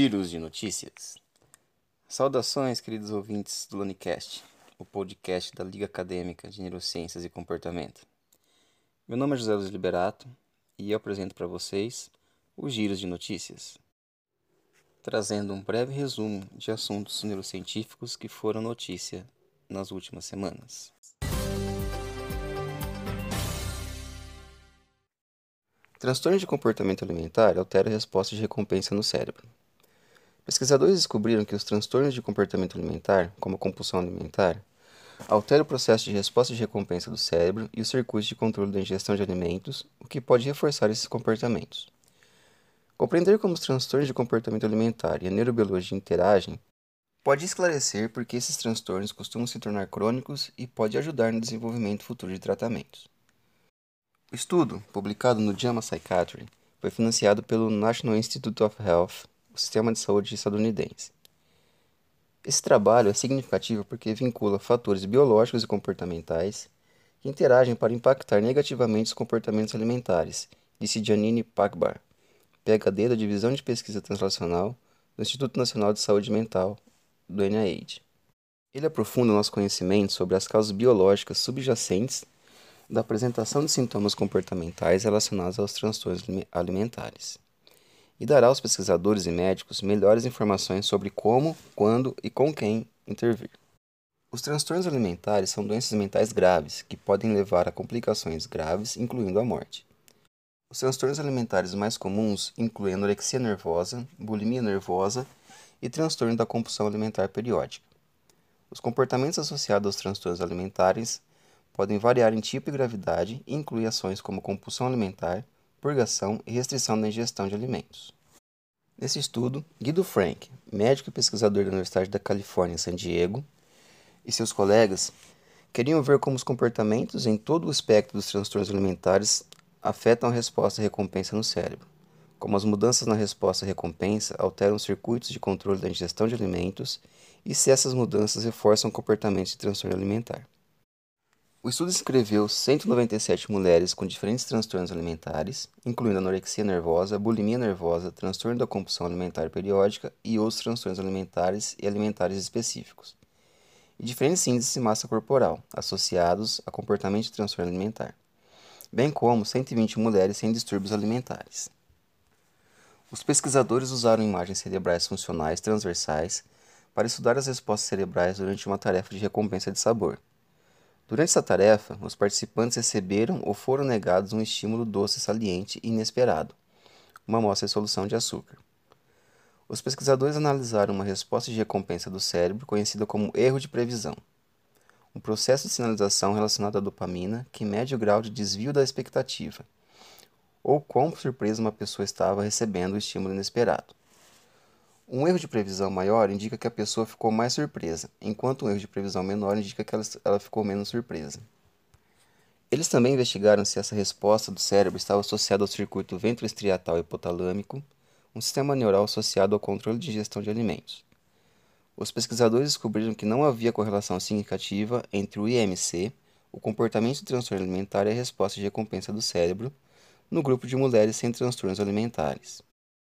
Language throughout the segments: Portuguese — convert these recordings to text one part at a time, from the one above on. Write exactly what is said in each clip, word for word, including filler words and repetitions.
Giros de notícias. Saudações, queridos ouvintes do LaniCast, o podcast da Liga Acadêmica de Neurociências e Comportamento. Meu nome é José Luiz Liberato e eu apresento para vocês os Giros de Notícias, trazendo um breve resumo de assuntos neurocientíficos que foram notícia nas últimas semanas. Transtorno de comportamento alimentar altera a resposta de recompensa no cérebro. Pesquisadores descobriram que os transtornos de comportamento alimentar, como a compulsão alimentar, alteram o processo de resposta de recompensa do cérebro e os circuitos de controle da ingestão de alimentos, o que pode reforçar esses comportamentos. Compreender como os transtornos de comportamento alimentar e a neurobiologia interagem pode esclarecer por que esses transtornos costumam se tornar crônicos e pode ajudar no desenvolvimento futuro de tratamentos. O estudo, publicado no JAMA Psychiatry, foi financiado pelo National Institute of Health, o sistema de saúde estadunidense. Esse trabalho é significativo porque vincula fatores biológicos e comportamentais que interagem para impactar negativamente os comportamentos alimentares, disse Janine Pagbar, P H D da Divisão de Pesquisa Translacional do Instituto Nacional de Saúde Mental, do N I H. Ele aprofunda o nosso conhecimento sobre as causas biológicas subjacentes da apresentação de sintomas comportamentais relacionados aos transtornos alimentares, e dará aos pesquisadores e médicos melhores informações sobre como, quando e com quem intervir. Os transtornos alimentares são doenças mentais graves que podem levar a complicações graves, incluindo a morte. Os transtornos alimentares mais comuns incluem anorexia nervosa, bulimia nervosa e transtorno da compulsão alimentar periódica. Os comportamentos associados aos transtornos alimentares podem variar em tipo e gravidade e incluem ações como compulsão alimentar, purgação e restrição da ingestão de alimentos. Nesse estudo, Guido Frank, médico e pesquisador da Universidade da Califórnia em San Diego, e seus colegas queriam ver como os comportamentos em todo o espectro dos transtornos alimentares afetam a resposta à recompensa no cérebro, como as mudanças na resposta à recompensa alteram os circuitos de controle da ingestão de alimentos e se essas mudanças reforçam comportamentos de transtorno alimentar. O estudo descreveu cento e noventa e sete mulheres com diferentes transtornos alimentares, incluindo anorexia nervosa, bulimia nervosa, transtorno da compulsão alimentar periódica e outros transtornos alimentares e alimentares específicos, e diferentes índices de massa corporal associados a comportamento de transtorno alimentar, bem como cento e vinte mulheres sem distúrbios alimentares. Os pesquisadores usaram imagens cerebrais funcionais transversais para estudar as respostas cerebrais durante uma tarefa de recompensa de sabor. Durante essa tarefa, os participantes receberam ou foram negados um estímulo doce saliente e inesperado, uma amostra de solução de açúcar. Os pesquisadores analisaram uma resposta de recompensa do cérebro conhecida como erro de previsão, um processo de sinalização relacionado à dopamina que mede o grau de desvio da expectativa, ou quão surpresa uma pessoa estava recebendo o estímulo inesperado. Um erro de previsão maior indica que a pessoa ficou mais surpresa, enquanto um erro de previsão menor indica que ela, ela ficou menos surpresa. Eles também investigaram se essa resposta do cérebro estava associada ao circuito ventroestriatal hipotalâmico, um sistema neural associado ao controle de ingestão de alimentos. Os pesquisadores descobriram que não havia correlação significativa entre o I M C, o comportamento de transtorno alimentar e a resposta de recompensa do cérebro, no grupo de mulheres sem transtornos alimentares.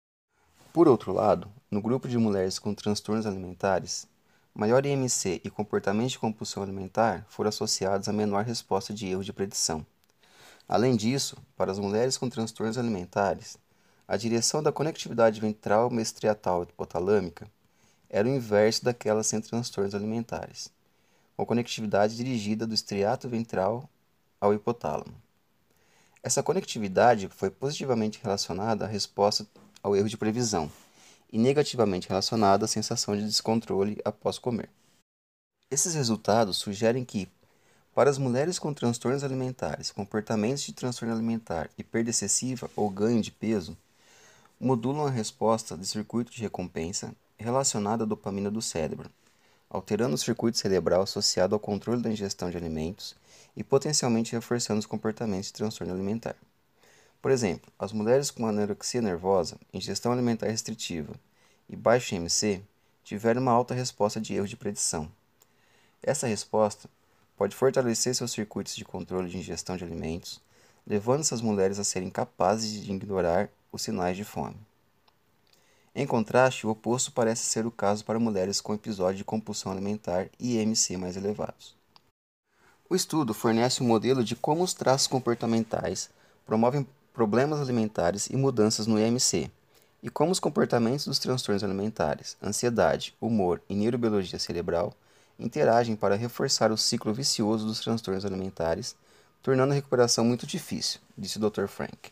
Por outro lado, no grupo de mulheres com transtornos alimentares, maior I M C e comportamento de compulsão alimentar foram associados a menor resposta de erro de predição. Além disso, para as mulheres com transtornos alimentares, a direção da conectividade ventral mestriatal hipotalâmica era o inverso daquela sem transtornos alimentares, com conectividade dirigida do estriato ventral ao hipotálamo. Essa conectividade foi positivamente relacionada à resposta ao erro de previsão e negativamente relacionada à sensação de descontrole após comer. Esses resultados sugerem que, para as mulheres com transtornos alimentares, comportamentos de transtorno alimentar e perda excessiva ou ganho de peso modulam a resposta de circuito de recompensa relacionada à dopamina do cérebro, alterando o circuito cerebral associado ao controle da ingestão de alimentos e potencialmente reforçando os comportamentos de transtorno alimentar. Por exemplo, as mulheres com anorexia nervosa, ingestão alimentar restritiva e baixo I M C tiveram uma alta resposta de erro de predição. Essa resposta pode fortalecer seus circuitos de controle de ingestão de alimentos, levando essas mulheres a serem capazes de ignorar os sinais de fome. Em contraste, o oposto parece ser o caso para mulheres com episódio de compulsão alimentar e I M C mais elevados. O estudo fornece um modelo de como os traços comportamentais promovem problemas alimentares e mudanças no I M C, e como os comportamentos dos transtornos alimentares, ansiedade, humor e neurobiologia cerebral interagem para reforçar o ciclo vicioso dos transtornos alimentares, tornando a recuperação muito difícil, disse o doutor Frank.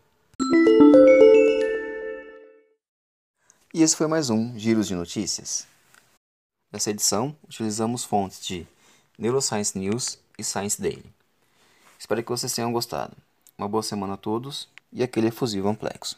E esse foi mais um Giros de Notícias. Nessa edição, utilizamos fontes de Neuroscience News e Science Daily. Espero que vocês tenham gostado. Uma boa semana a todos e aquele efusivo amplexo.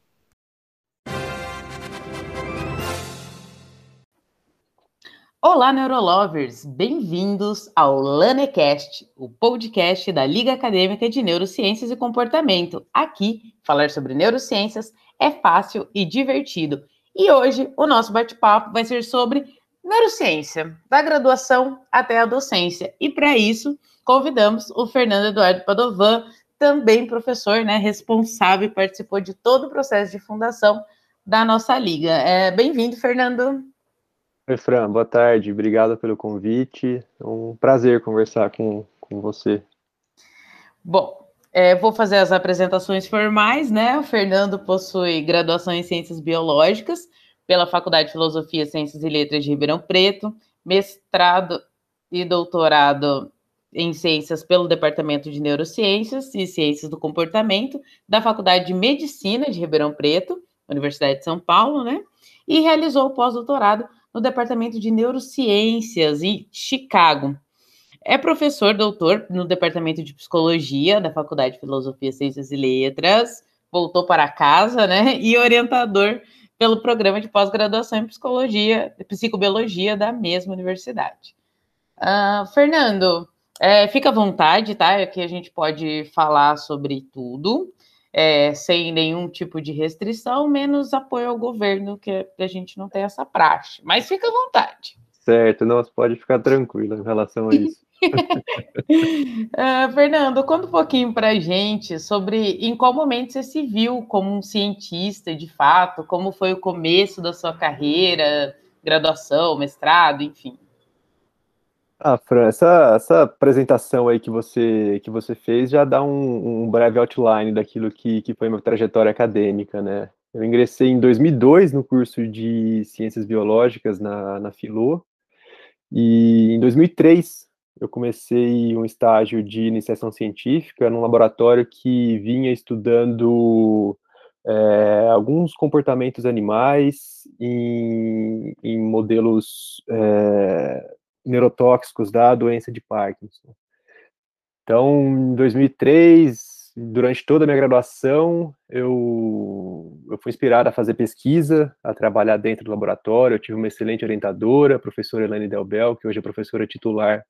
Olá, Neurolovers! Bem-vindos ao LaneCast, o podcast da Liga Acadêmica de Neurociências e Comportamento. Aqui, falar sobre neurociências é fácil e divertido. E hoje, o nosso bate-papo vai ser sobre neurociência, da graduação até a docência. E para isso, convidamos o Fernando Eduardo Padovan, também professor, né, responsável e participou de todo o processo de fundação da nossa liga. É, bem-vindo, Fernando! Oi, Fran, boa tarde, obrigado pelo convite, é um prazer conversar com, com você. Bom, é, vou fazer as apresentações formais, né? O Fernando possui graduação em Ciências Biológicas pela Faculdade de Filosofia, Ciências e Letras de Ribeirão Preto, mestrado e doutorado em Ciências pelo Departamento de Neurociências e Ciências do Comportamento da Faculdade de Medicina de Ribeirão Preto, Universidade de São Paulo, né? E realizou o pós-doutorado no Departamento de Neurociências em Chicago. É professor doutor no Departamento de Psicologia da Faculdade de Filosofia, Ciências e Letras, voltou para casa, né? E orientador pelo programa de pós-graduação em Psicologia, Psicobiologia da mesma universidade. Uh, Fernando, é, fica à vontade, tá? Aqui a gente pode falar sobre tudo, é, sem nenhum tipo de restrição, menos apoio ao governo, que a gente não tem essa praxe. Mas fica à vontade. Certo, não, você pode ficar tranquilo em relação a isso. uh, Fernando, conta um pouquinho para a gente sobre em qual momento você se viu como um cientista, de fato, como foi o começo da sua carreira, graduação, mestrado, enfim. Ah, Fran, essa, essa apresentação aí que você, que você fez já dá um, um breve outline daquilo que, que foi minha trajetória acadêmica, né? Eu ingressei em dois mil e dois no curso de Ciências Biológicas na, na Filô, e em dois mil e três eu comecei um estágio de iniciação científica num laboratório que vinha estudando é, alguns comportamentos animais em, em modelos é, neurotóxicos da doença de Parkinson. Então, em dois mil e três, durante toda a minha graduação, eu, eu fui inspirado a fazer pesquisa, a trabalhar dentro do laboratório. Eu tive uma excelente orientadora, a professora Elaine Delbel, que hoje é professora titular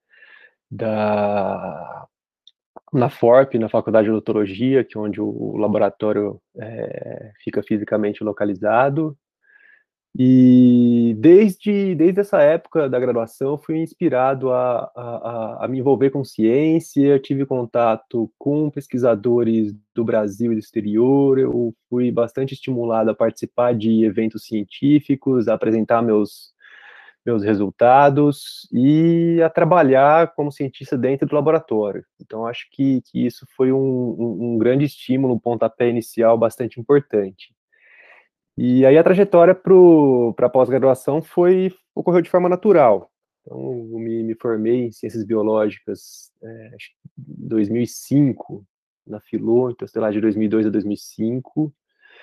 da, na FORP, na Faculdade de Odontologia, que é onde o laboratório é, fica fisicamente localizado. E desde, desde essa época da graduação, fui inspirado a, a, a me envolver com ciência, tive contato com pesquisadores do Brasil e do exterior, eu fui bastante estimulado a participar de eventos científicos, a apresentar meus, meus resultados e a trabalhar como cientista dentro do laboratório. Então, acho que, que isso foi um, um, um grande estímulo, um pontapé inicial bastante importante. E aí a trajetória para a pós-graduação foi ocorreu de forma natural. Então, eu me, me formei em Ciências Biológicas é, em dois mil e cinco, na Filô, então, sei lá, de dois mil e dois a dois mil e cinco,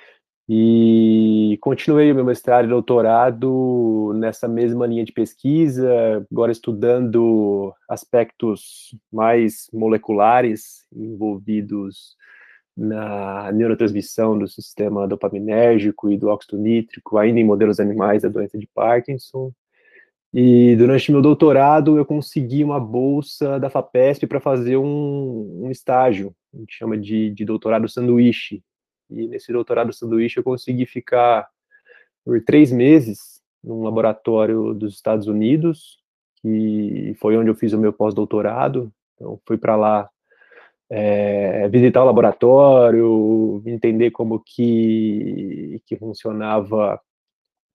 e continuei o meu mestrado e doutorado nessa mesma linha de pesquisa, agora estudando aspectos mais moleculares envolvidos na neurotransmissão do sistema dopaminérgico e do óxido nítrico, ainda em modelos animais da doença de Parkinson. E durante meu doutorado eu consegui uma bolsa da FAPESP para fazer um, um estágio, a gente chama de, de doutorado sanduíche. E nesse doutorado sanduíche eu consegui ficar por três meses num laboratório dos Estados Unidos, que foi onde eu fiz o meu pós-doutorado. Então fui para lá é, visitar o laboratório, entender como que, que funcionava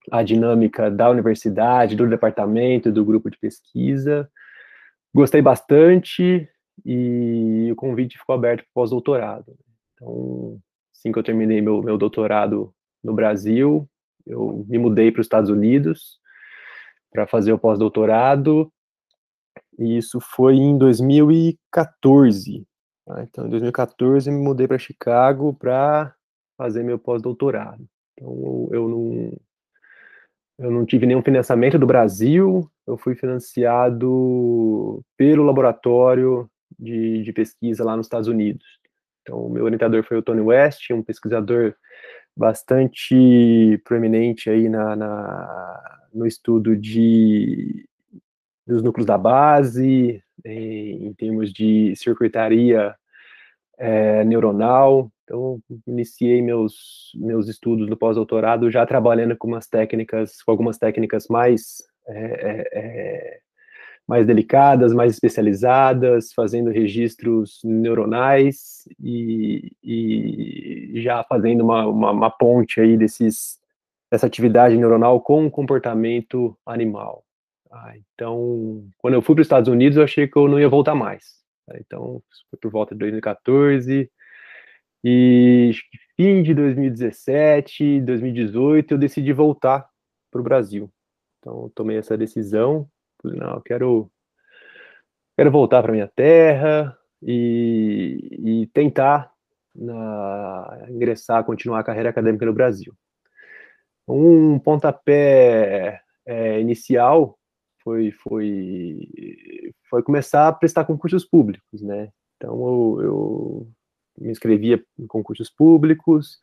a dinâmica da universidade, do departamento, do grupo de pesquisa. Gostei bastante e o convite ficou aberto para o pós-doutorado. Então, assim que eu terminei meu, meu doutorado no Brasil, eu me mudei para os Estados Unidos para fazer o pós-doutorado, e isso foi em dois mil e quatorze. Tá? Então, em dois mil e quatorze, eu me mudei para Chicago para fazer meu pós-doutorado. Então, eu, eu não eu não tive nenhum financiamento do Brasil, eu fui financiado pelo laboratório de, de pesquisa lá nos Estados Unidos. Então, o meu orientador foi o Tony West, um pesquisador bastante proeminente aí na, na, no estudo de, dos núcleos da base, em, em termos de circuitaria é, neuronal. Então, iniciei meus, meus estudos do pós-doutorado já trabalhando com umas técnicas, com algumas técnicas mais, é, é, mais delicadas, mais especializadas, fazendo registros neuronais e, e já fazendo uma, uma, uma ponte aí desses, dessa atividade neuronal com o comportamento animal. Ah, então, quando eu fui para os Estados Unidos, eu achei que eu não ia voltar mais. Então, foi por volta de dois mil e quatorze, e fim de dois mil e dezessete, dois mil e dezoito, eu decidi voltar para o Brasil. Então, tomei essa decisão. Falei, não, eu quero, quero voltar para minha terra e, e tentar na, ingressar, continuar a carreira acadêmica no Brasil. Um pontapé é, inicial foi, foi, foi começar a prestar concursos públicos, né? Então, eu, eu me inscrevia em concursos públicos,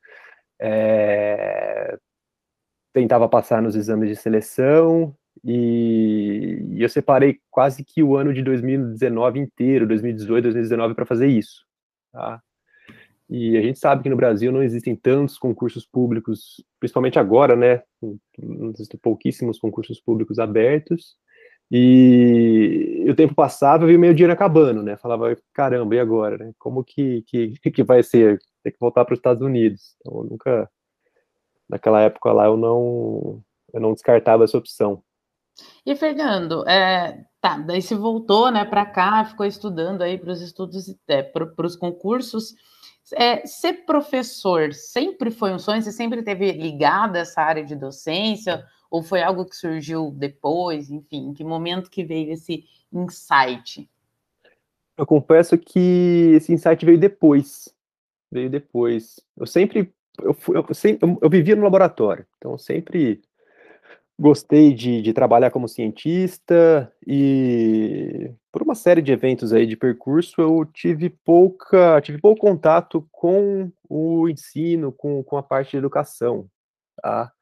é, tentava passar nos exames de seleção, e, e eu separei quase que o ano de dois mil e dezenove inteiro, dois mil e dezoito, dois mil e dezenove, para fazer isso, tá? E a gente sabe que no Brasil não existem tantos concursos públicos, principalmente agora, né? Existem pouquíssimos concursos públicos abertos. E o tempo passava e o meu dinheiro acabando, né? Falava, caramba, e agora, né? Como que, que, que vai ser? Ter que voltar para os Estados Unidos. Então, eu nunca, naquela época lá, eu não, eu não descartava essa opção. E, Fernando, é, tá, daí você voltou, né, para cá, ficou estudando aí para os estudos, é, para os concursos. É, ser professor sempre foi um sonho? Você sempre teve ligado a essa área de docência? Ou foi algo que surgiu depois? Enfim, em que momento que veio esse insight? Eu confesso que esse insight veio depois. Veio depois. Eu sempre, eu, fui, eu, sempre, eu, eu vivia no laboratório, então eu sempre gostei de, de trabalhar como cientista, e por uma série de eventos aí de percurso eu tive pouca, tive pouco contato com o ensino, com, com a parte de educação, tá?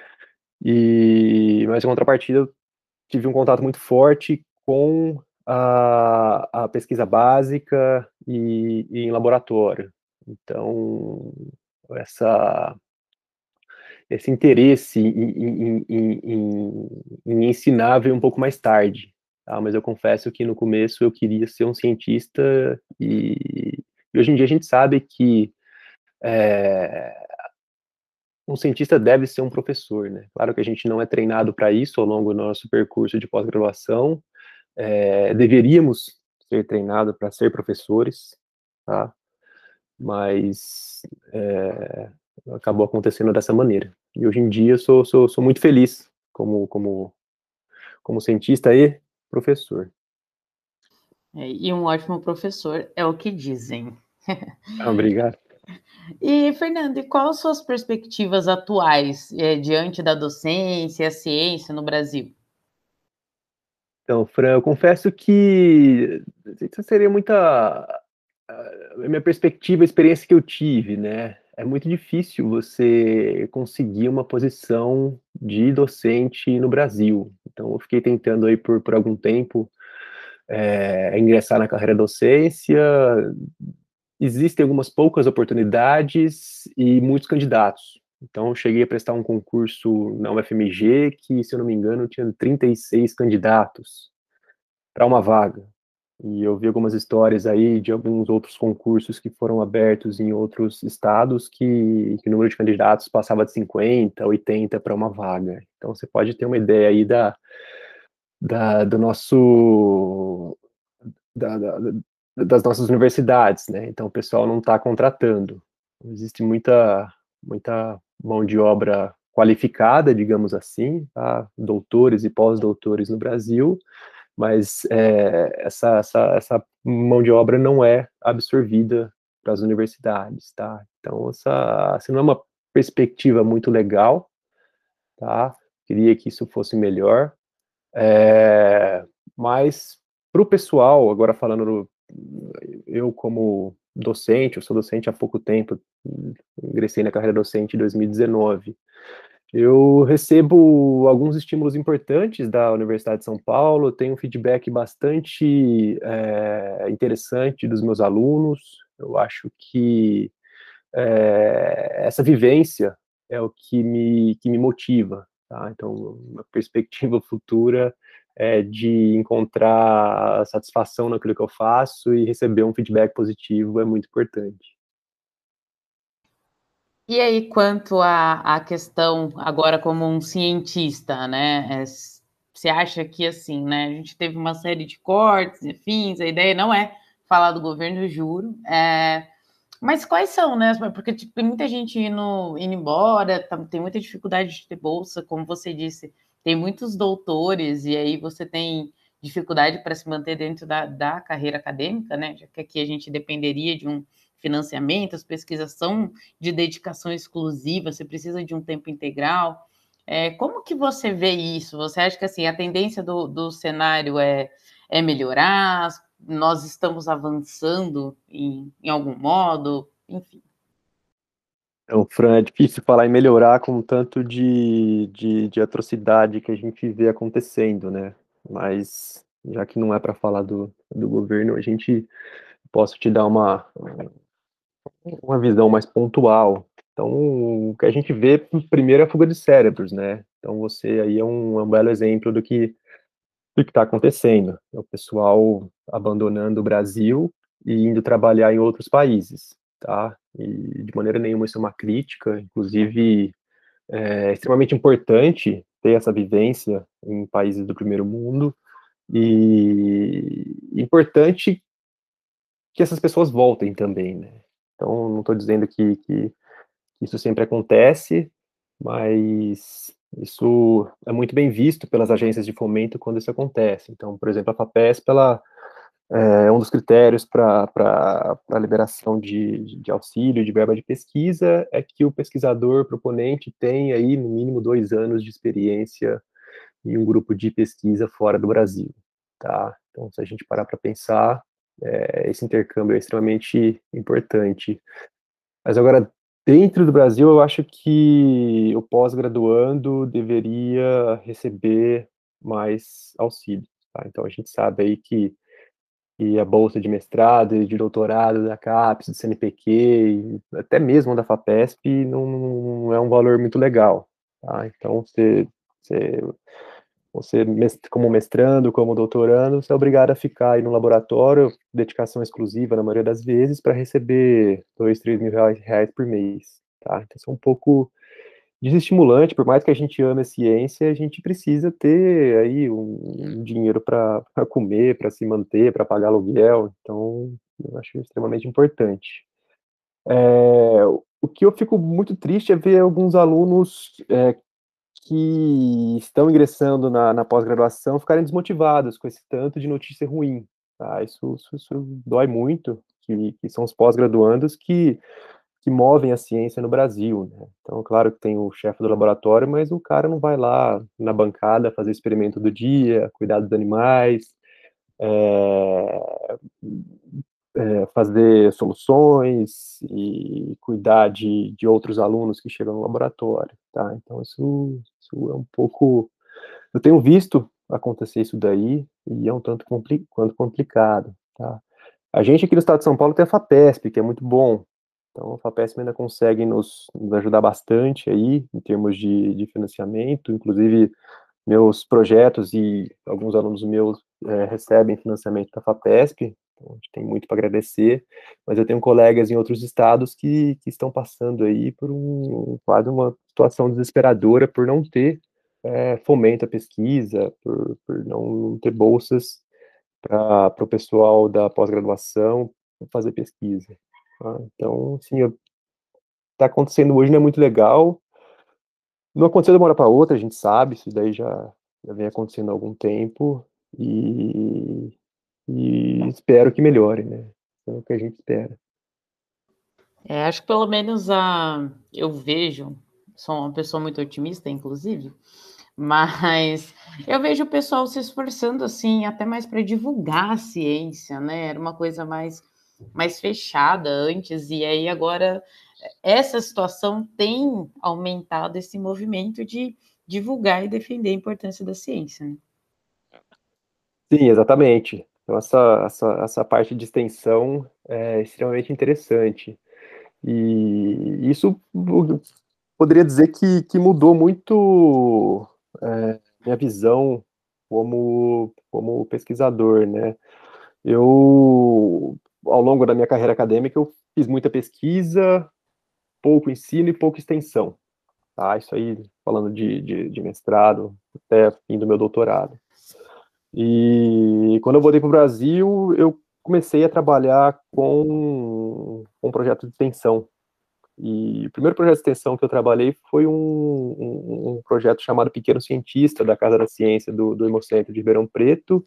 E, mas em contrapartida eu tive um contato muito forte com a, a pesquisa básica e, e em laboratório. Então, essa esse interesse em, em, em, em ensinar veio um pouco mais tarde, tá? Mas eu confesso que no começo eu queria ser um cientista, e, e hoje em dia a gente sabe que é, um cientista deve ser um professor, né? Claro que a gente não é treinado para isso ao longo do nosso percurso de pós-graduação, é, deveríamos ser treinados para ser professores, tá? Mas é, acabou acontecendo dessa maneira. E hoje em dia eu sou, sou, sou muito feliz como, como, como cientista e professor. É, e um ótimo professor é o que dizem. Ah, obrigado. E, Fernando, e quais suas perspectivas atuais é, diante da docência, a ciência no Brasil? Então, Fran, eu confesso que isso seria muita a minha perspectiva, a experiência que eu tive, né? É muito difícil você conseguir uma posição de docente no Brasil. Então, eu fiquei tentando aí por, por algum tempo é, ingressar na carreira docência. Existem algumas poucas oportunidades e muitos candidatos. Então, eu cheguei a prestar um concurso na U F M G que, se eu não me engano, tinha trinta e seis candidatos para uma vaga. E eu vi algumas histórias aí de alguns outros concursos que foram abertos em outros estados que, que o número de candidatos passava de cinquenta, oitenta para uma vaga. Então você pode ter uma ideia aí da, da do nosso da, da, das nossas universidades, né? Então o pessoal não está contratando. Existe muita muita mão de obra qualificada, digamos assim, tá? Doutores e pós-doutores no Brasil, mas é, essa, essa, essa mão de obra não é absorvida para as universidades, tá? Então, essa, essa não é uma perspectiva muito legal, tá? Queria que isso fosse melhor, é, mas para o pessoal, agora falando, eu como docente, eu sou docente há pouco tempo, ingressei na carreira docente em dois mil e dezenove, eu recebo alguns estímulos importantes da Universidade de São Paulo, tenho um feedback bastante é, interessante dos meus alunos. Eu acho que é, essa vivência é o que me, que me motiva. Tá? Então, uma perspectiva futura é de encontrar satisfação naquilo que eu faço e receber um feedback positivo é muito importante. E aí, quanto à, à questão, agora como um cientista, né? É, você acha que, assim, né? A gente teve uma série de cortes e afins, a ideia não é falar do governo, eu juro. É, mas quais são, né? Porque tipo, tem muita gente indo, indo embora, tá, tem muita dificuldade de ter bolsa, como você disse, tem muitos doutores, e aí você tem dificuldade para se manter dentro da, da carreira acadêmica, né? Já que aqui a gente dependeria de um financiamento, as pesquisas são de dedicação exclusiva, você precisa de um tempo integral. É, como que você vê isso? Você acha que assim, a tendência do, do cenário é, é melhorar? Nós estamos avançando em, em algum modo? Enfim. Então, Fran, é difícil falar em melhorar com o tanto de, de, de atrocidade que a gente vê acontecendo, né? Mas, já que não é para falar do, do governo, a gente posso te dar uma, uma visão mais pontual. Então, o que a gente vê primeiro é a fuga de cérebros, né? Então, você aí é um, é um belo exemplo do que do que está acontecendo. É o pessoal abandonando o Brasil e indo trabalhar em outros países, tá? E de maneira nenhuma isso é uma crítica, inclusive é extremamente importante ter essa vivência em países do primeiro mundo e importante que essas pessoas voltem também, né? Então, não estou dizendo que, que isso sempre acontece, mas isso é muito bem visto pelas agências de fomento quando isso acontece. Então, por exemplo, a FAPESP, ela é um dos critérios para a liberação de, de auxílio, de verba de pesquisa, é que o pesquisador proponente tem aí, no mínimo, dois anos de experiência em um grupo de pesquisa fora do Brasil, tá? Então, se a gente parar para pensar, é, esse intercâmbio é extremamente importante. Mas agora, dentro do Brasil, eu acho que o pós-graduando deveria receber mais auxílio, tá? Então, a gente sabe aí que, que a bolsa de mestrado e de doutorado da CAPES, do C N Pq, e até mesmo da FAPESP, não, não é um valor muito legal, tá? Então, você, você você, como mestrando, como doutorando, você é obrigado a ficar aí no laboratório, dedicação exclusiva na maioria das vezes, para receber dois, três mil reais, reais por mês, tá? Então, isso é um pouco desestimulante, por mais que a gente ame a ciência, a gente precisa ter aí um, um dinheiro para comer, para se manter, para pagar aluguel, então, eu acho extremamente importante. É, o que eu fico muito triste é ver alguns alunos é, que estão ingressando na, na pós-graduação ficarem desmotivados com esse tanto de notícia ruim. Tá? Isso, isso, isso dói muito, que, que são os pós-graduandos que, que movem a ciência no Brasil. Né? Então, claro que tem o chefe do laboratório, mas o cara não vai lá na bancada fazer experimento do dia, cuidar dos animais, é, é, fazer soluções e cuidar de, de outros alunos que chegam no laboratório, tá? Então, isso, isso é um pouco... Eu tenho visto acontecer isso daí e é um tanto compli quanto complicado, tá? A gente aqui no estado de São Paulo tem a FAPESP, que é muito bom. Então, a FAPESP ainda consegue nos, nos ajudar bastante aí, em termos de, de financiamento, inclusive meus projetos e alguns alunos meus é, recebem financiamento da FAPESP, então a gente tem muito para agradecer, mas eu tenho colegas em outros estados que, que estão passando aí por um, quase uma situação desesperadora por não ter é, fomento à pesquisa, por, por não ter bolsas para o pessoal da pós-graduação fazer pesquisa. Tá? Então, assim, está acontecendo hoje não é muito legal. Não aconteceu de uma hora para outra, a gente sabe, isso daí já, já vem acontecendo há algum tempo, e, e espero que melhore, né? É o que a gente espera. É, acho que pelo menos a, eu vejo, sou uma pessoa muito otimista, inclusive, mas eu vejo o pessoal se esforçando assim, até mais para divulgar a ciência, né? Era uma coisa mais, mais fechada antes, e aí agora essa situação tem aumentado esse movimento de divulgar e defender a importância da ciência, né? Sim, exatamente. Então, essa, essa, essa parte de extensão é extremamente interessante. E isso eu poderia dizer que, que mudou muito é, minha visão como, como pesquisador, né? Eu, ao longo da minha carreira acadêmica, eu fiz muita pesquisa, pouco ensino e pouca extensão, tá? Isso aí, falando de, de, de mestrado, até fim do meu doutorado. E quando eu voltei para o Brasil, eu comecei a trabalhar com, com um projeto de extensão. E o primeiro projeto de extensão que eu trabalhei foi um, um, um projeto chamado Pequeno Cientista, da Casa da Ciência do, do Hemocentro de Ribeirão Preto.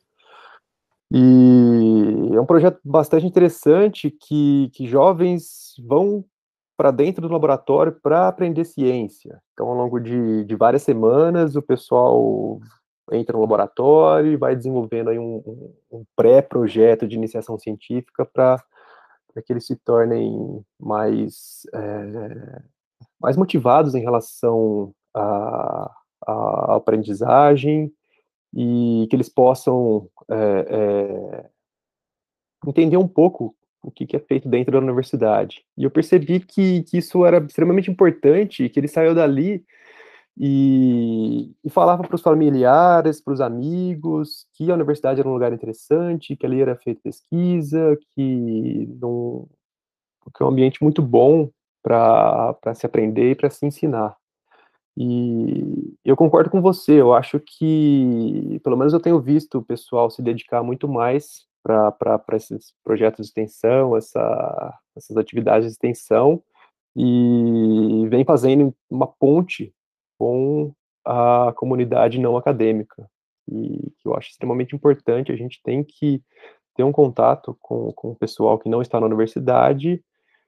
E é um projeto bastante interessante que, que jovens vão para dentro do laboratório para aprender ciência. Então, ao longo de, de várias semanas, o pessoal entra no laboratório e vai desenvolvendo aí um, um, um pré-projeto de iniciação científica para que eles se tornem mais, é, mais motivados em relação à, à aprendizagem e que eles possam é, é, entender um pouco o que, que é feito dentro da universidade. E eu percebi que, que isso era extremamente importante, que ele saiu dali e, e falava para os familiares, para os amigos, que a universidade era um lugar interessante, que ali era feita pesquisa, que, não, que é um ambiente muito bom para se aprender e para se ensinar. E eu concordo com você, eu acho que, pelo menos eu tenho visto o pessoal se dedicar muito mais para esses projetos de extensão, essa, essas atividades de extensão, e vem fazendo uma ponte com a comunidade não acadêmica, e que eu acho extremamente importante. A gente tem que ter um contato com, com o pessoal que não está na universidade,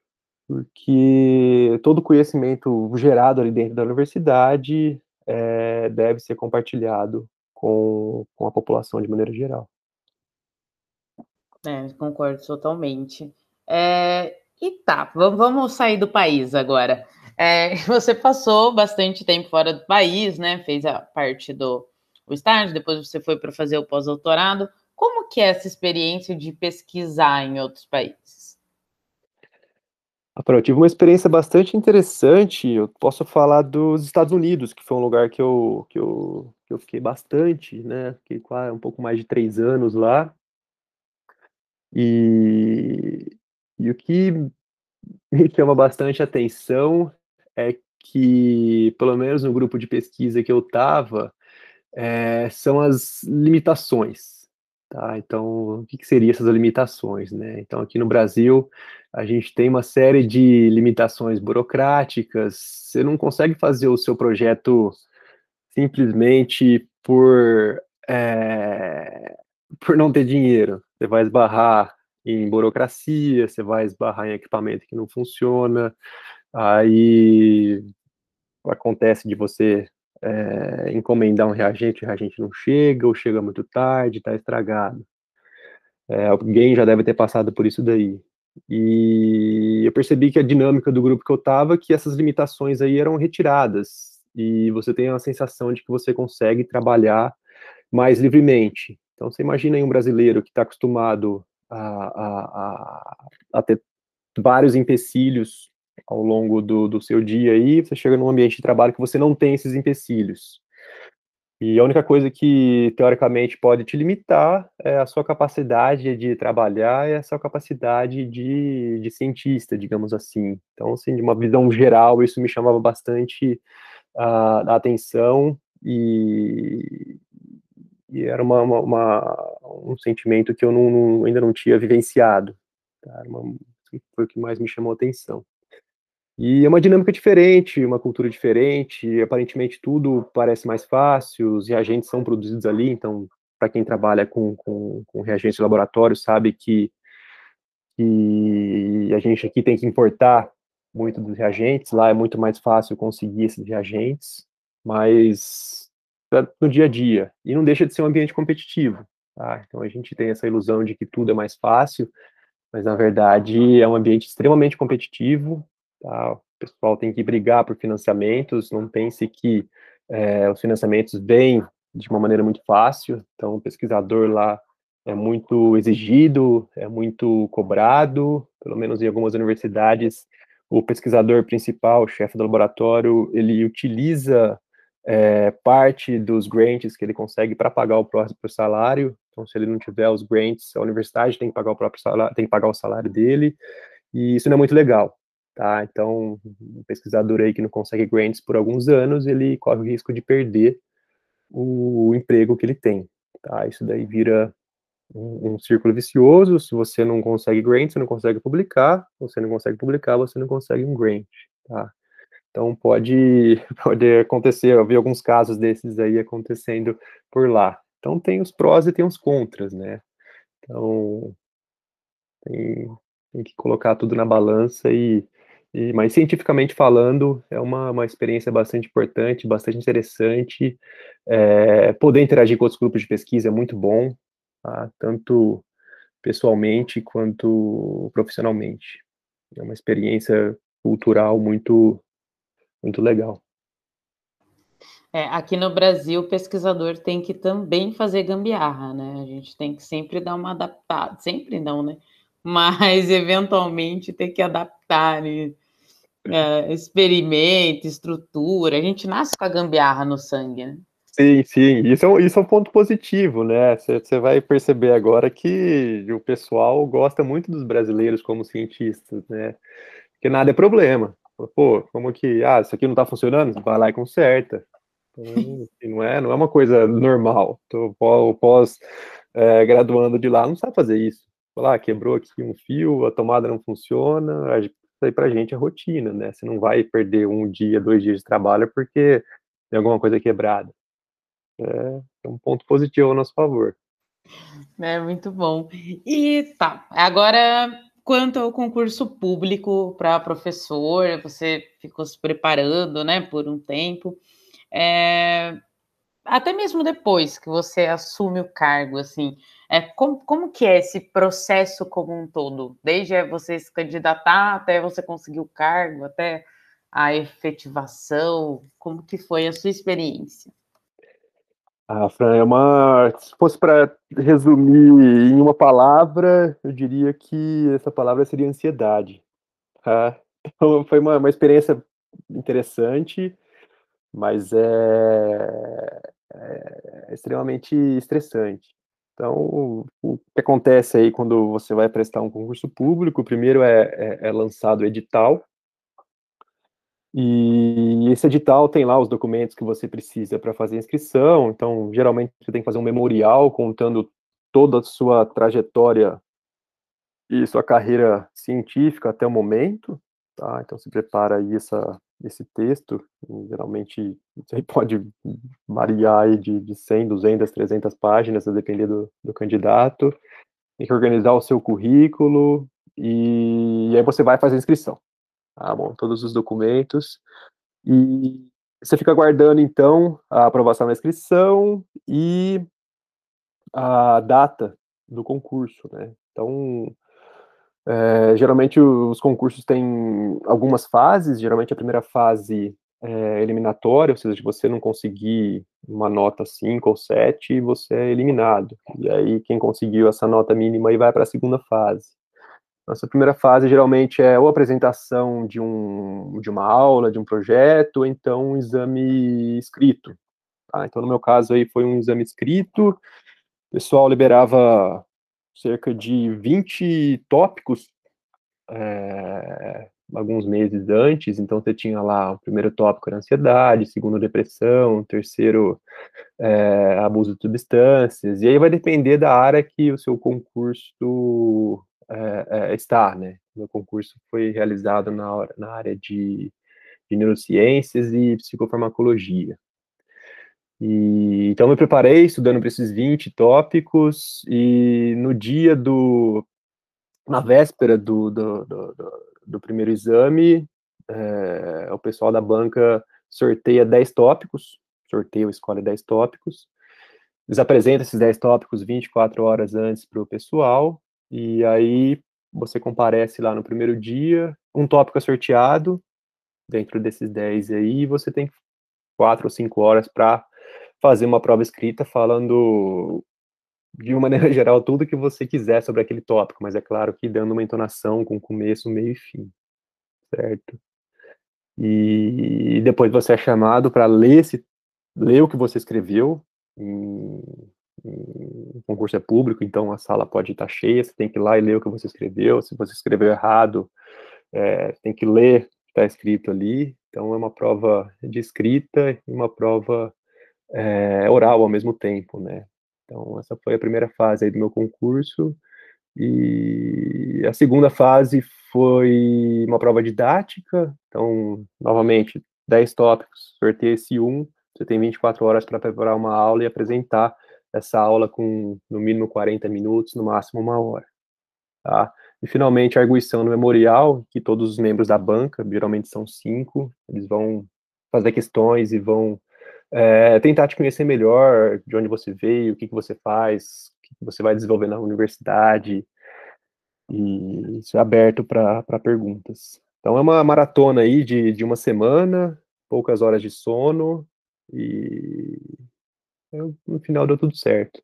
porque todo conhecimento gerado ali dentro da universidade é, deve ser compartilhado com, com a população de maneira geral. É, concordo totalmente. É, e tá, vamos, vamos sair do país agora. É, você passou bastante tempo fora do país, né? Fez a parte do o estágio, depois você foi para fazer o pós-doutorado. Como que é essa experiência de pesquisar em outros países? Ah, eu tive uma experiência bastante interessante. Eu posso falar dos Estados Unidos, que foi um lugar que eu, que eu, que eu fiquei bastante, né? Fiquei quase um pouco mais de três anos lá. E, e o que me chama bastante atenção é que, pelo menos no grupo de pesquisa que eu estava, é, são as limitações, tá? Então, o que, que seriam essas limitações, né? Então, aqui no Brasil, a gente tem uma série de limitações burocráticas. Você não consegue fazer o seu projeto simplesmente por, é, por não ter dinheiro. Você vai esbarrar em burocracia, você vai esbarrar em equipamento que não funciona, aí acontece de você é, encomendar um reagente, o reagente não chega, ou chega muito tarde, está estragado. É, alguém já deve ter passado por isso daí. E eu percebi que a dinâmica do grupo que eu estava, que essas limitações aí eram retiradas, e você tem a sensação de que você consegue trabalhar mais livremente. Então, você imagina aí um brasileiro que está acostumado a, a, a, a ter vários empecilhos ao longo do, do seu dia aí, você chega num ambiente de trabalho que você não tem esses empecilhos. E a única coisa que, teoricamente, pode te limitar é a sua capacidade de trabalhar e a sua capacidade de, de cientista, digamos assim. Então, assim, de uma visão geral, isso me chamava bastante a, a atenção e, e era uma, uma, uma- um sentimento que eu não, não- ainda não tinha vivenciado. Tá? Era uma- foi o que mais me chamou a atenção. E é uma dinâmica diferente, uma cultura diferente, aparentemente tudo parece mais fácil, os reagentes são produzidos ali, então, para quem trabalha com, com, com reagentes de laboratório, sabe que, que a gente aqui tem que importar muito dos reagentes, lá é muito mais fácil conseguir esses reagentes, mas é no dia a dia, e não deixa de ser um ambiente competitivo, tá? Então a gente tem essa ilusão de que tudo é mais fácil, mas na verdade é um ambiente extremamente competitivo, tá? O pessoal tem que brigar por financiamentos, não pense que é, os financiamentos vêm de uma maneira muito fácil, então o pesquisador lá é muito exigido, é muito cobrado, pelo menos em algumas universidades, o pesquisador principal, o chefe do laboratório, ele utiliza é, parte dos grants que ele consegue para pagar o próprio salário. Então, se ele não tiver os grants, a universidade tem que pagar o próprio salário, tem que pagar o salário dele, e isso não é muito legal, tá? Então, um pesquisador aí que não consegue grants por alguns anos, ele corre o risco de perder o emprego que ele tem, tá? Isso daí vira um, um círculo vicioso. Se você não consegue grant, você não consegue publicar, você não consegue publicar, você não consegue um grant, tá? Então pode, pode acontecer, eu vi alguns casos desses aí acontecendo por lá. Então tem os prós e tem os contras, né? Então tem, tem que colocar tudo na balança e, e mas cientificamente falando, é uma, uma experiência bastante importante, bastante interessante. É, poder interagir com outros grupos de pesquisa é muito bom, tá? Tanto pessoalmente quanto profissionalmente. É uma experiência cultural muito, muito legal. É, aqui no Brasil, o pesquisador tem que também fazer gambiarra, né? A gente tem que sempre dar uma adaptada, sempre não, né? Mas eventualmente ter que adaptar, né? É, experimento, estrutura. A gente nasce com a gambiarra no sangue, né? Sim, sim, isso é um, isso é um ponto positivo, né? Você vai perceber agora que o pessoal gosta muito dos brasileiros como cientistas, né? Porque nada é problema. Pô, como que, ah, isso aqui não tá funcionando? Vai lá e conserta. Então, assim, não é, não é uma coisa normal. Então, o pós-graduando de lá não sabe fazer isso. Falar, ah, quebrou aqui um fio, a tomada não funciona, isso aí pra gente é rotina, né? Você não vai perder um dia, dois dias de trabalho porque tem alguma coisa quebrada. É um ponto positivo a nosso favor. É muito bom. E tá, agora quanto ao concurso público para professor, você ficou se preparando, né, por um tempo. É, até mesmo depois que você assume o cargo, assim, é, como, como que é esse processo como um todo? Desde você se candidatar até você conseguir o cargo, até a efetivação, como que foi a sua experiência? Ah, Fran, é uma. Se fosse para resumir em uma palavra, eu diria que essa palavra seria ansiedade. Tá? Então, foi uma, uma experiência interessante, mas é, é extremamente estressante. Então, o, o que acontece aí quando você vai prestar um concurso público? Primeiro é, é, é lançado o edital, e esse edital tem lá os documentos que você precisa para fazer a inscrição. Então, geralmente, você tem que fazer um memorial contando toda a sua trajetória e sua carreira científica até o momento, tá? Então, se prepara aí essa, esse texto. Geralmente, isso aí pode variar aí de, de cem, duzentas, trezentas páginas, a depender do, do candidato. Tem que organizar o seu currículo e, e aí você vai fazer a inscrição. Tá bom? Todos os documentos. E você fica aguardando, então, a aprovação da inscrição e a data do concurso, né? Então, é, geralmente os concursos têm algumas fases. Geralmente a primeira fase é eliminatória, ou seja, se você não conseguir uma nota cinco ou sete, você é eliminado. E aí quem conseguiu essa nota mínima aí vai para a segunda fase. Nossa primeira fase geralmente é ou apresentação de, um, de uma aula, de um projeto, ou então um exame escrito. Tá? Então, no meu caso, aí foi um exame escrito, o pessoal liberava cerca de vinte tópicos é, alguns meses antes, então você tinha lá, o primeiro tópico era ansiedade, segundo depressão, terceiro é, abuso de substâncias, e aí vai depender da área que o seu concurso é, é, está, né? O meu concurso foi realizado na, hora, na área de, de neurociências e psicofarmacologia. E, então, eu me preparei estudando para esses vinte tópicos, e no dia do, na véspera do, do, do, do, do primeiro exame, é, o pessoal da banca sorteia dez tópicos, sorteia ou escolhe dez tópicos, eles apresentam esses dez tópicos vinte e quatro horas antes para o pessoal, e aí você comparece lá no primeiro dia, um tópico é sorteado, dentro desses dez aí, você tem quatro ou cinco horas para fazer uma prova escrita falando de uma maneira geral tudo que você quiser sobre aquele tópico, mas é claro que dando uma entonação com começo, meio e fim, certo? E depois você é chamado para ler, se, ler o que você escreveu, em, em, o concurso é público, então a sala pode estar cheia, você tem que ir lá e ler o que você escreveu, se você escreveu errado, é, tem que ler o que está escrito ali, então é uma prova de escrita e uma prova é, oral ao mesmo tempo, né? Então, essa foi a primeira fase aí do meu concurso, e a segunda fase foi uma prova didática, então, novamente, dez tópicos, sorteio esse um, você tem vinte e quatro horas para preparar uma aula e apresentar essa aula com, no mínimo, quarenta minutos, no máximo uma hora, tá? E, finalmente, a arguição no memorial, que todos os membros da banca, geralmente são cinco, eles vão fazer questões e vão é, tentar te conhecer melhor, de onde você veio, o que, que você faz, o que, que você vai desenvolver na universidade, e isso é aberto para perguntas. Então é uma maratona aí de, de uma semana, poucas horas de sono, e no final deu tudo certo.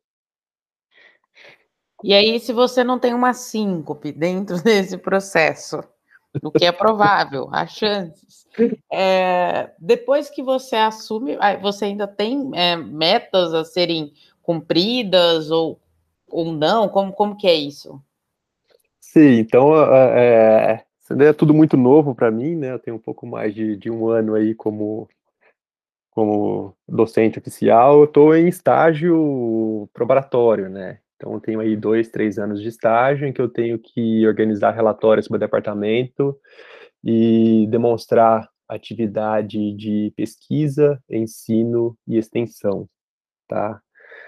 E aí, se você não tem uma síncope dentro desse processo, o que é provável, há chances, é, depois que você assume, você ainda tem é, metas a serem cumpridas ou, ou não? Como, como que é isso? Sim, então é, é tudo muito novo para mim, né? Eu tenho um pouco mais de, de um ano aí como, como docente oficial, eu estou em estágio probatório, né? Então, eu tenho aí dois, três anos de estágio em que eu tenho que organizar relatórios para o departamento e demonstrar atividade de pesquisa, ensino e extensão, tá?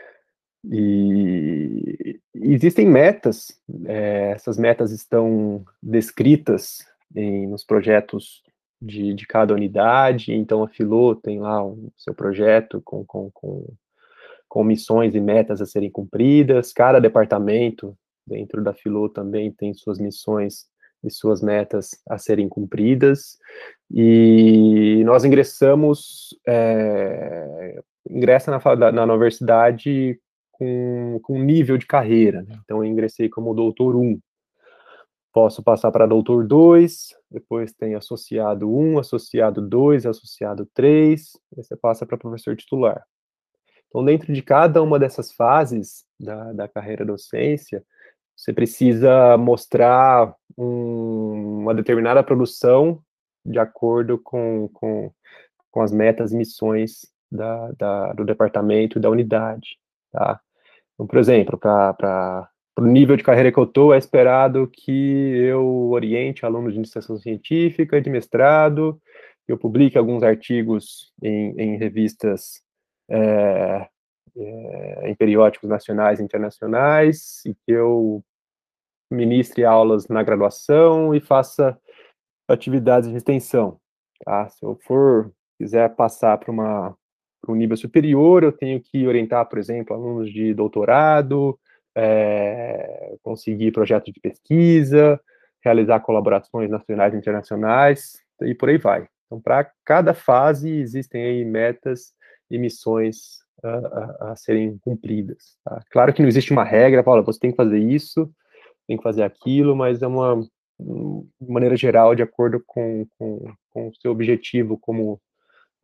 E existem metas, é, essas metas estão descritas em, nos projetos de, de cada unidade, então a Filô tem lá o seu projeto com, com, com, com missões e metas a serem cumpridas, cada departamento dentro da Filô também tem suas missões e suas metas a serem cumpridas, e nós ingressamos, é, ingressa na, na universidade com, com nível de carreira, né? Então eu ingressei como doutor um, posso passar para doutor dois, depois tem associado um, associado dois, associado três, aí você passa para professor titular. Então, dentro de cada uma dessas fases da, da carreira docência, você precisa mostrar um, uma determinada produção de acordo com, com, com as metas e missões da, da, do departamento e da unidade, tá? Então, por exemplo, para o nível de carreira que eu estou, é esperado que eu oriente alunos de iniciação científica, de mestrado, que eu publique alguns artigos em, em revistas, é, é, em periódicos nacionais e internacionais, e que eu ministre aulas na graduação e faça atividades de extensão, tá? Se eu for, quiser passar para uma para um nível superior, eu tenho que orientar, por exemplo, alunos de doutorado, é, conseguir projetos de pesquisa, realizar colaborações nacionais e internacionais, e por aí vai. Então, para cada fase, existem aí metas e missões a, a, a serem cumpridas, tá? Claro que não existe uma regra, Paula, você tem que fazer isso, tem que fazer aquilo, mas é uma, de maneira geral, de acordo com, com, com o seu objetivo como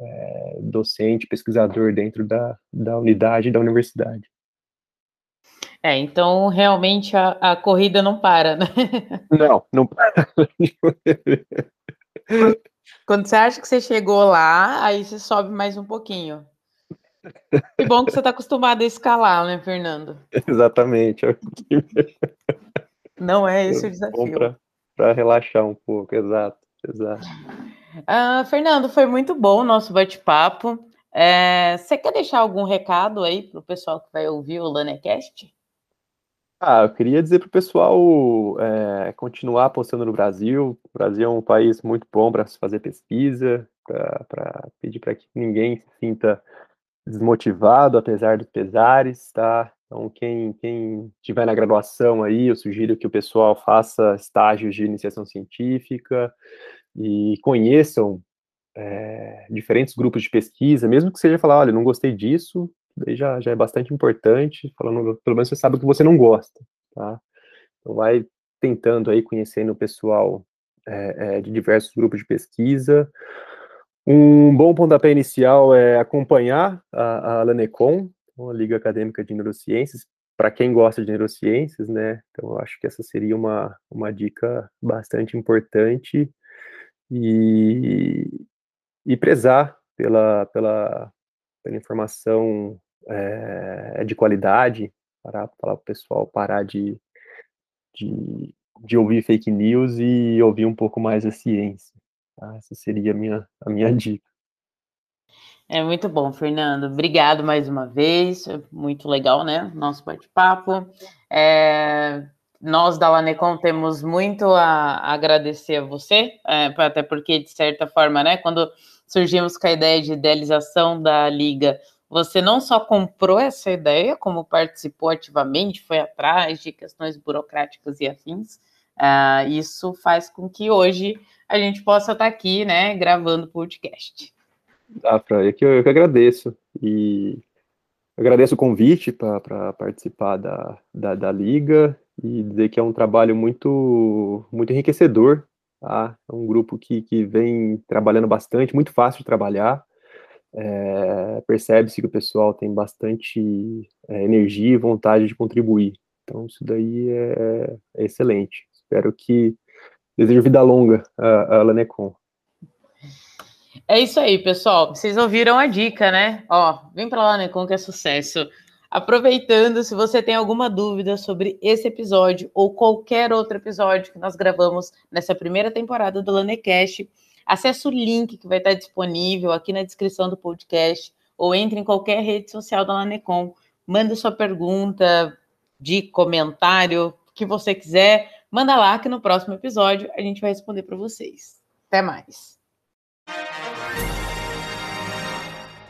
é, docente, pesquisador dentro da, da unidade da universidade. É, então realmente a, a corrida não para, né? Não, não para. Quando você acha que você chegou lá, aí você sobe mais um pouquinho. Que bom que você está acostumado a escalar, né, Fernando? Exatamente. Não é esse o Bom desafio. para relaxar um pouco, exato, exato. Uh, Fernando, foi muito bom o nosso bate-papo. É, você quer deixar algum recado aí para o pessoal que vai ouvir o LaneCast? Ah, eu queria dizer para o pessoal é, continuar apostando no Brasil. O Brasil é um país muito bom para se fazer pesquisa, para pedir para que ninguém se sinta desmotivado, apesar dos pesares, tá? Então, quem, quem tiver na graduação aí, eu sugiro que o pessoal faça estágios de iniciação científica e conheçam é, diferentes grupos de pesquisa, mesmo que seja falar, olha, não gostei disso, daí já, já é bastante importante, falando, pelo menos você sabe o que você não gosta, tá? Então, vai tentando aí, conhecendo o pessoal é, é, de diversos grupos de pesquisa. Um bom pontapé inicial é acompanhar a, a LANECOM, a Liga Acadêmica de Neurociências, para quem gosta de neurociências, né? Então, eu acho que essa seria uma, uma dica bastante importante e, e prezar pela, pela, pela informação é, de qualidade, para falar para o pessoal parar de, de, de ouvir fake news e ouvir um pouco mais a ciência. Tá? Essa seria a minha, a minha dica. É muito bom, Fernando. Obrigado mais uma vez. Muito legal, né? Nosso bate-papo. É, nós da Lanecom temos muito a agradecer a você, é, até porque, de certa forma, né, quando surgimos com a ideia de idealização da Liga, você não só comprou essa ideia, como participou ativamente, foi atrás de questões burocráticas e afins. Uh, isso faz com que hoje a gente possa estar aqui, né, gravando podcast. Ah, Fran, é que eu, eu que agradeço. E agradeço o convite para participar da, da, da Liga e dizer que é um trabalho muito, muito enriquecedor. Tá? É um grupo que, que vem trabalhando bastante, muito fácil de trabalhar. É, percebe-se que o pessoal tem bastante é, energia e vontade de contribuir. Então, isso daí é, é excelente. Espero que desejo vida longa a, a Lanecom. É isso aí, pessoal. Vocês ouviram a dica, né? Ó, vem para lá, né? Com que é sucesso. Aproveitando, se você tem alguma dúvida sobre esse episódio ou qualquer outro episódio que nós gravamos nessa primeira temporada do LaneCast, acesse o link que vai estar disponível aqui na descrição do podcast ou entre em qualquer rede social da Lanecom. Manda sua pergunta, de comentário, o que você quiser. Manda lá que no próximo episódio a gente vai responder para vocês. Até mais.